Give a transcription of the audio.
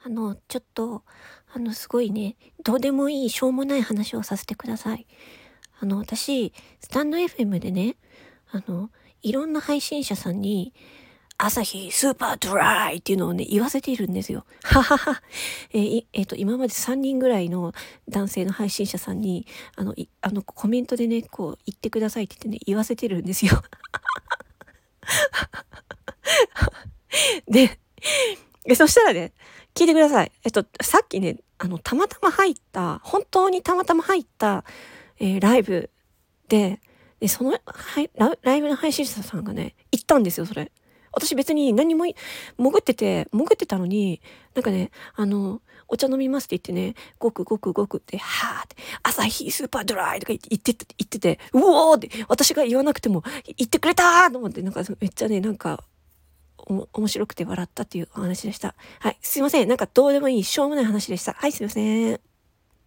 ちょっと、すごいね、どうでもいい、しょうもない話をさせてください。私、スタンド FM でね、あの、いろんな配信者さんに、朝日スーパードライっていうのをね、言わせているんですよ。ははは。今まで3人ぐらいの男性の配信者さんに、コメントでね、こう、言ってくださいって言ってね、言わせてるんですよ。で、そしたらね、聞いてください。さっきね、たまたま入った、本当にたまたま入った、ライブで、その、ライブの配信者さんがね、言ったんですよ、それ。私別に何も潜ってたのに、なんかね、お茶飲みますって言ってね、ごくごくごくって、はーって、朝日スーパードライとか言ってて、うおーって、私が言わなくても言ってくれたーと思って、なんかめっちゃね、なんか、面白くて笑ったっていうお話でした。はい。すいません。なんかどうでもいい、しょうもない話でした。はい、すいません。